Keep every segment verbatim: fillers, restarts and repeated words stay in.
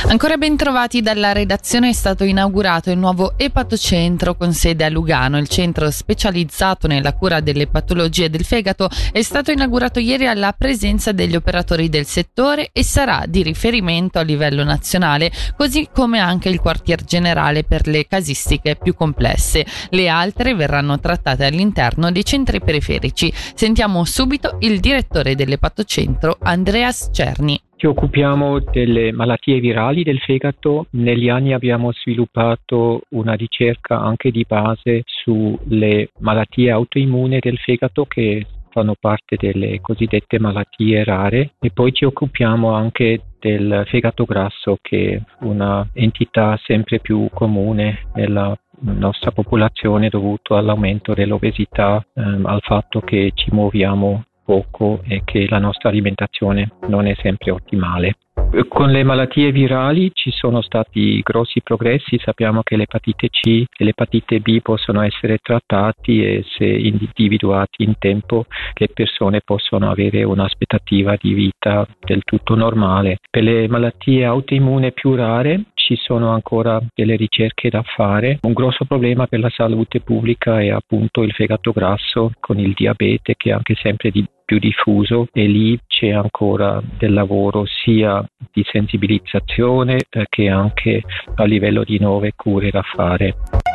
Ancora ben trovati dalla redazione. È stato inaugurato il nuovo epatocentro con sede a Lugano. Il centro specializzato nella cura delle patologie del fegato è stato inaugurato ieri alla presenza degli operatori del settore e sarà di riferimento a livello nazionale, così come anche il quartier generale per le casistiche più complesse. Le altre verranno trattate all'interno dei centri periferici. Sentiamo subito il direttore dell'epatocentro, Andreas Cerni. Ci occupiamo delle malattie virali del fegato. Negli anni abbiamo sviluppato una ricerca anche di base sulle malattie autoimmuni del fegato che fanno parte delle cosiddette malattie rare, e poi ci occupiamo anche del fegato grasso, che è una entità sempre più comune nella nostra popolazione dovuto all'aumento dell'obesità, ehm, al fatto che ci muoviamo poco e che la nostra alimentazione non è sempre ottimale. Con le malattie virali ci sono stati grossi progressi. Sappiamo che l'epatite C e l'epatite B possono essere trattati e, se individuati in tempo, le persone possono avere un'aspettativa di vita del tutto normale. Per le malattie autoimmuni più rare ci sono ancora delle ricerche da fare. Un grosso problema per la salute pubblica è appunto il fegato grasso, con il diabete che è anche sempre di più diffuso, e lì c'è ancora del lavoro sia di sensibilizzazione eh, che anche a livello di nuove cure da fare.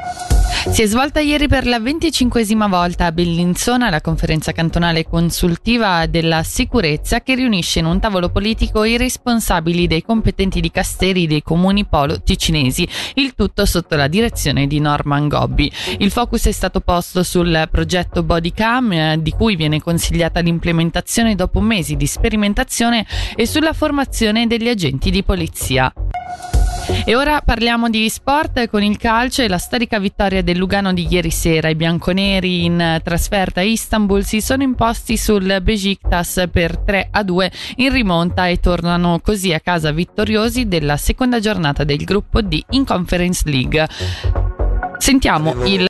Si è svolta ieri per la venticinquesima volta a Bellinzona la conferenza cantonale consultiva della sicurezza, che riunisce in un tavolo politico i responsabili dei competenti dicasteri dei comuni polo ticinesi, il tutto sotto la direzione di Norman Gobbi. Il focus è stato posto sul progetto Bodycam, eh, di cui viene consigliata l'implementazione dopo mesi di sperimentazione, e sulla formazione degli agenti di polizia. E ora parliamo di sport con il calcio e la storica vittoria del Lugano di ieri sera. I bianconeri in trasferta a Istanbul si sono imposti sul Beşiktaş per tre a due in rimonta e tornano così a casa vittoriosi della seconda giornata del gruppo D in Conference League. Sentiamo il